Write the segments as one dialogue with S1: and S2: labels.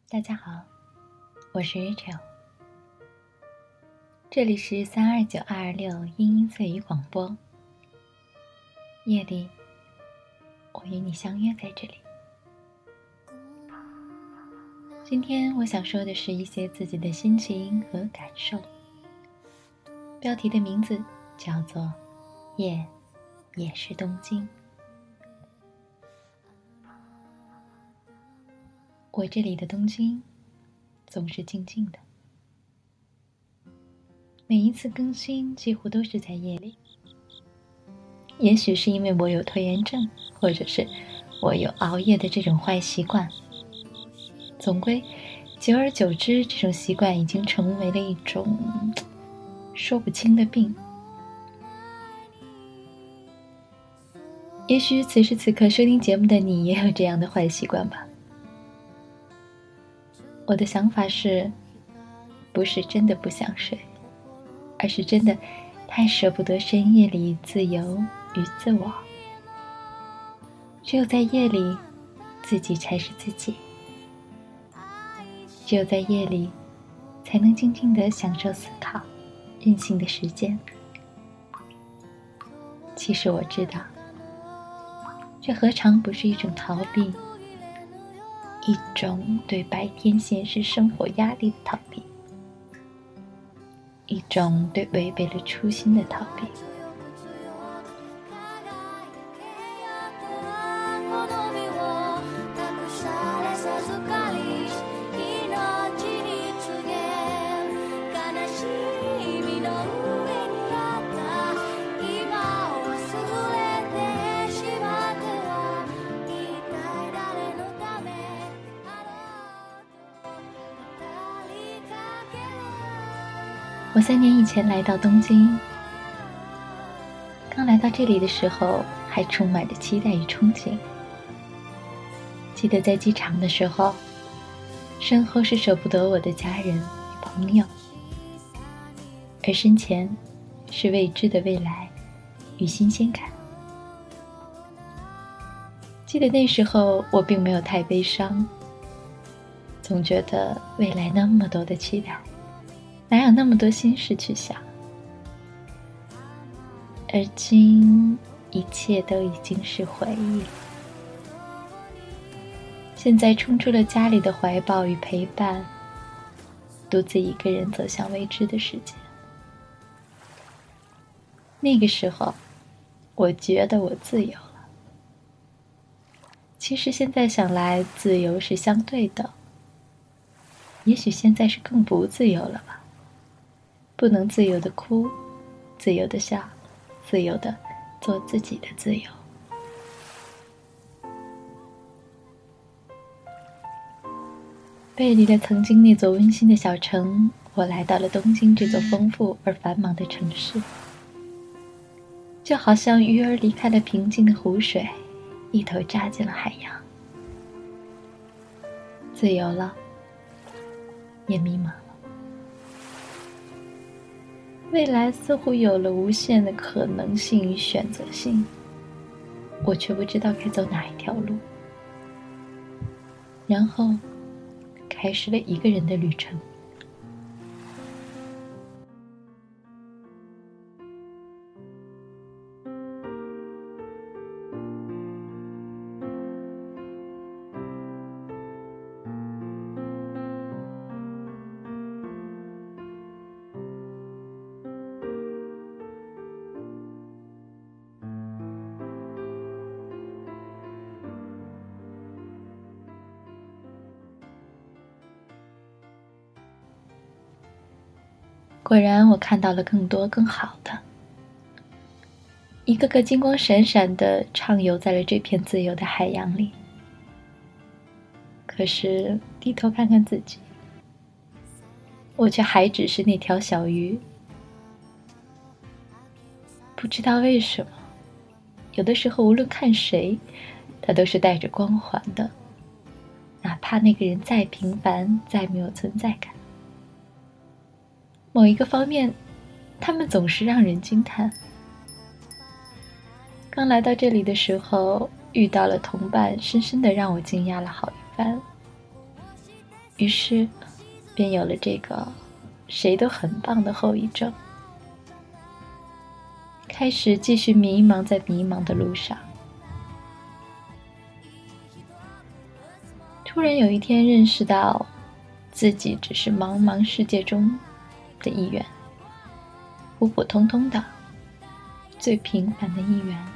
S1: 大家好，我是 Rachel， 这里是32926英音碎语广播。夜里，我与你相约在这里。今天我想说的是一些自己的心情和感受。标题的名字叫做《夜也是东京》。我这里的东京总是静静的，每一次更新几乎都是在夜里。也许是因为我有拖延症，或者是我有熬夜的这种坏习惯，总归久而久之，这种习惯已经成为了一种说不清的病。也许此时此刻收听节目的你也有这样的坏习惯吧。我的想法是，不是真的不想睡，而是真的太舍不得深夜里自由与自我。只有在夜里，自己才是自己。只有在夜里，才能静静地享受思考、任性的时间。其实我知道，这何尝不是一种逃避，一种对白天现实生活压力的逃避，一种对违背了初心的逃避。我3年以前来到东京，刚来到这里的时候还充满着期待与憧憬。记得在机场的时候，身后是舍不得我的家人与朋友，而身前是未知的未来与新鲜感。记得那时候我并没有太悲伤，总觉得未来那么多的期待，哪有那么多心事去想？而今一切都已经是回忆了。现在冲出了家里的怀抱与陪伴，独自一个人走向未知的世界。那个时候，我觉得我自由了。其实现在想来，自由是相对的。也许现在是更不自由了吧？不能自由的哭，自由的笑，自由的做自己的自由。背离了曾经那座温馨的小城，我来到了东京这座丰富而繁忙的城市。就好像鱼儿离开了平静的湖水，一头扎进了海洋。自由了，也迷茫了。未来似乎有了无限的可能性与选择性，我却不知道该走哪一条路。然后开始了一个人的旅程。果然我看到了更多更好的，一个个金光闪闪地畅游在了这片自由的海洋里。可是低头看看自己，我却还只是那条小鱼。不知道为什么，有的时候无论看谁，他都是带着光环的，哪怕那个人再平凡，再没有存在感。某一个方面，他们总是让人惊叹。刚来到这里的时候，遇到了同伴，深深地让我惊讶了好一番。 于是便有了这个谁都很棒的后遗症，开始继续迷茫在迷茫的路上。突然有一天认识到自己只是茫茫世界中的一员，普普通通的最平凡的一员。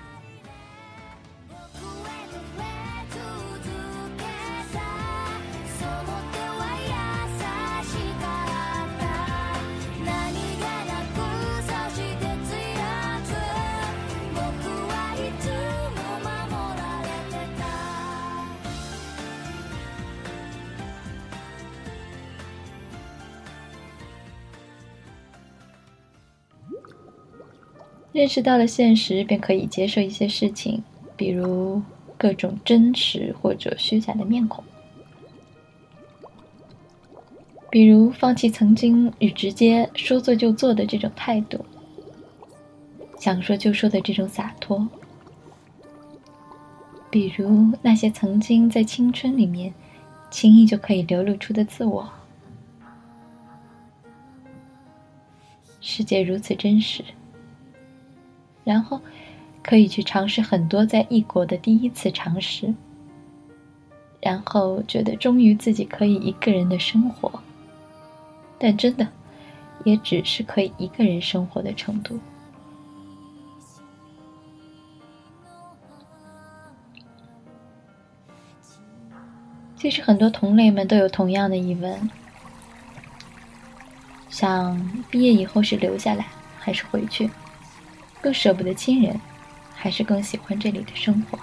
S1: 认识到了现实，便可以接受一些事情，比如各种真实或者虚假的面孔，比如放弃曾经与直接说做就做的这种态度，想说就说的这种洒脱，比如那些曾经在青春里面轻易就可以流露出的自我。世界如此真实，然后可以去尝试很多在异国的第一次尝试，然后觉得终于自己可以一个人的生活，但真的也只是可以一个人生活的程度。其实很多同类们都有同样的疑问，想毕业以后是留下来还是回去，更舍不得亲人还是更喜欢这里的生活，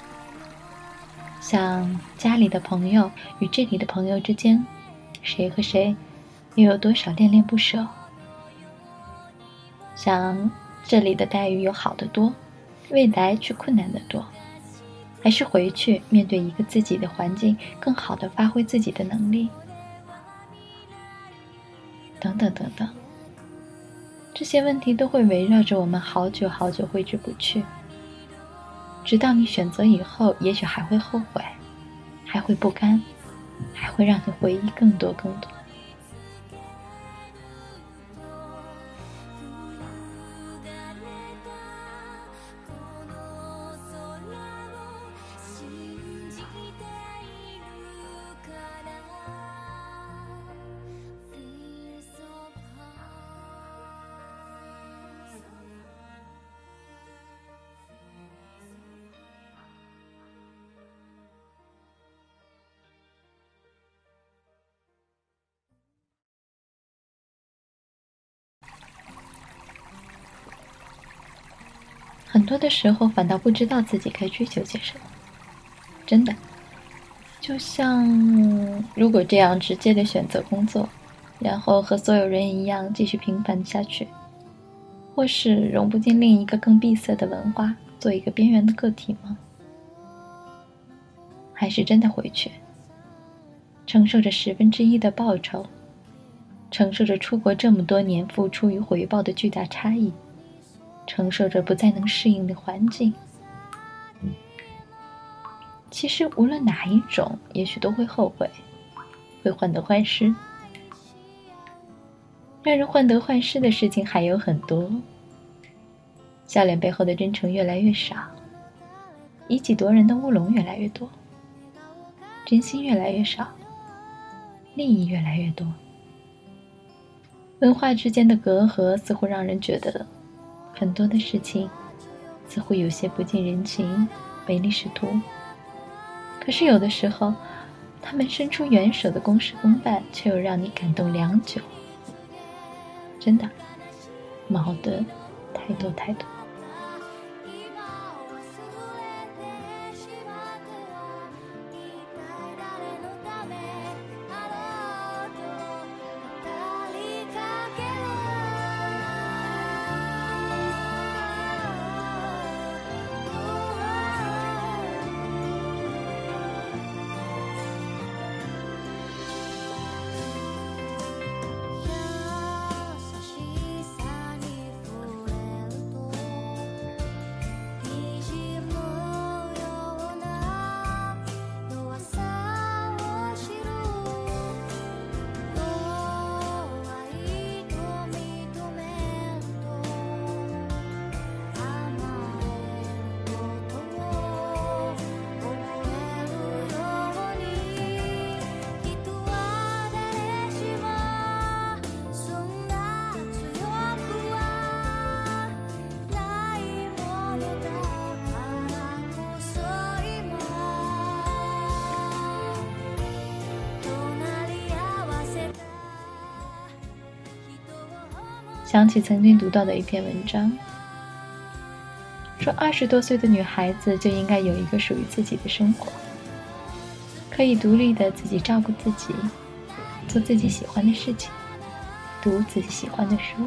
S1: 像家里的朋友与这里的朋友之间，谁和谁又有多少恋恋不舍，像这里的待遇有好得多，未来却困难得多，还是回去面对一个自己的环境，更好地发挥自己的能力，等等等等。这些问题都会围绕着我们好久好久挥之不去，直到你选择以后，也许还会后悔，还会不甘，还会让你回忆更多更多。很多的时候反倒不知道自己该追求些什么，真的，就像如果这样直接的选择工作，然后和所有人一样继续平凡下去，或是融不进另一个更闭塞的文化，做一个边缘的个体吗？还是真的回去，承受着1/10的报酬，承受着出国这么多年付出与回报的巨大差异，承受着不再能适应的环境。其实无论哪一种，也许都会后悔，会患得患失。让人患得患失的事情还有很多，笑脸背后的真诚越来越少，以己夺人的乌龙越来越多，真心越来越少，利益越来越多。文化之间的隔阂似乎让人觉得很多的事情似乎有些不近人情，唯利是图。可是有的时候，他们伸出援手的公事公办，却又让你感动良久。真的，矛盾太多太多。 想起曾经读到的一篇文章，说20多岁的女孩子就应该有一个属于自己的生活，可以独立的自己照顾自己，做自己喜欢的事情，读自己喜欢的书，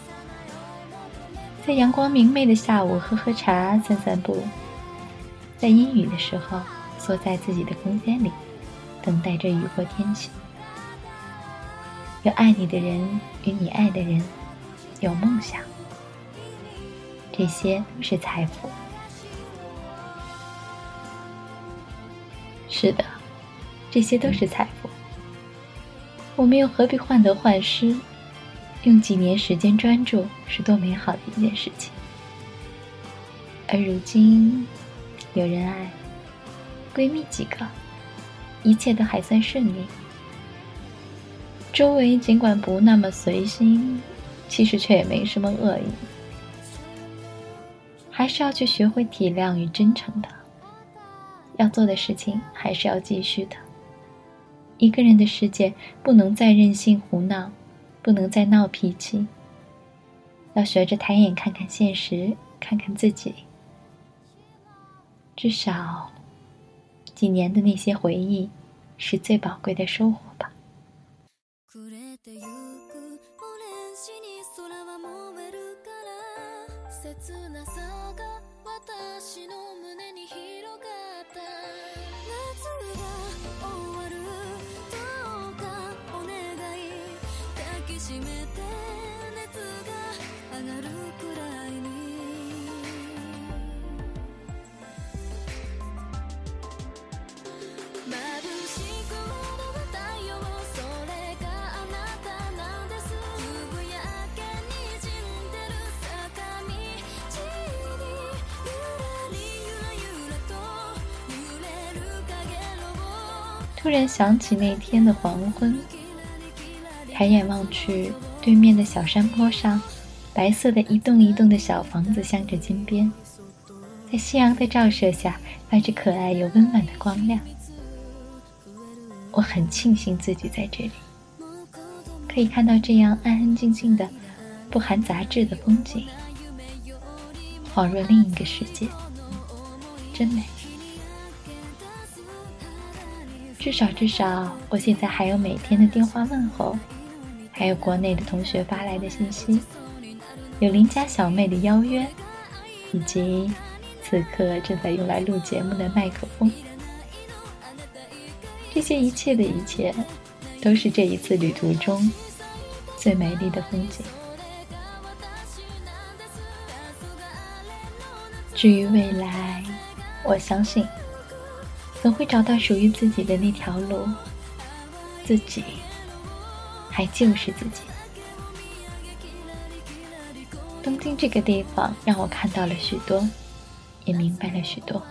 S1: 在阳光明媚的下午喝喝茶散散步，在阴雨的时候缩在自己的空间里，等待着雨或天晴。有爱你的人与你爱的人，有梦想，这些都是财富。是的，这些都是财富。我们又何必患得患失？用几年时间专注，是多美好的一件事情。而如今，有人爱，闺蜜几个，一切都还算顺利。周围尽管不那么随心，其实却也没什么恶意。还是要去学会体谅与真诚的，要做的事情还是要继续的。一个人的世界不能再任性胡闹，不能再闹脾气，要学着抬眼看看现实，看看自己。至少几年的那些回忆是最宝贵的收获吧。突然想起那天的黄昏，抬眼望去，对面的小山坡上，白色的一栋一栋的小房子镶着金边，在夕阳的照射下发着可爱又温暖的光亮。我很庆幸自己在这里，可以看到这样安安静静的不含杂质的风景，恍若另一个世界，真美。至少我现在还有每天的电话问候，还有国内的同学发来的信息，有邻家小妹的邀约，以及此刻正在用来录节目的麦克风。这些一切的一切，都是这一次旅途中最美丽的风景。至于未来，我相信总会找到属于自己的那条路，自己还就是自己。东京这个地方让我看到了许多，也明白了许多。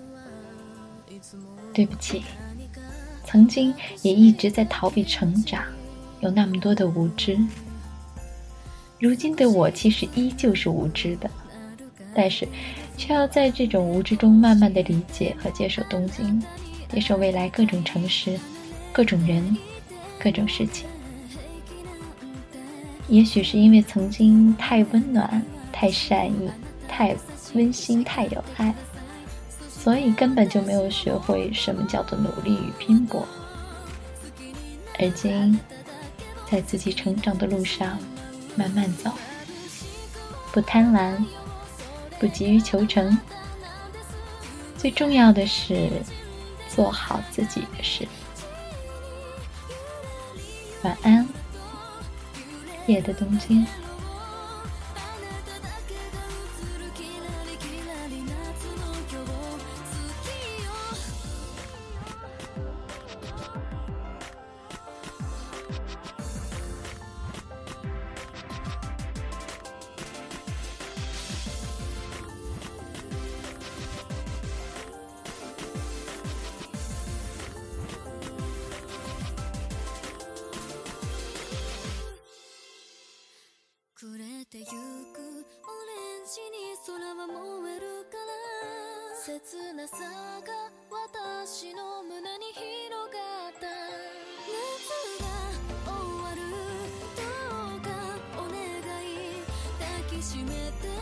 S1: 对不起，曾经也一直在逃避成长，有那么多的无知。如今的我其实依旧是无知的，但是却要在这种无知中慢慢的理解和接受东京，接受未来各种城市、各种人、各种事情。也许是因为曾经太温暖、太善意、太温馨、太有爱，所以根本就没有学会什么叫做努力与拼搏。而今在自己成长的路上慢慢走，不贪婪，不急于求成，最重要的是做好自己的事。晚安，夜的东京。
S2: 暮れてゆくオレンジに空は燃えるから切なさが私の胸に広がった夏が終わるどうかお願いしめて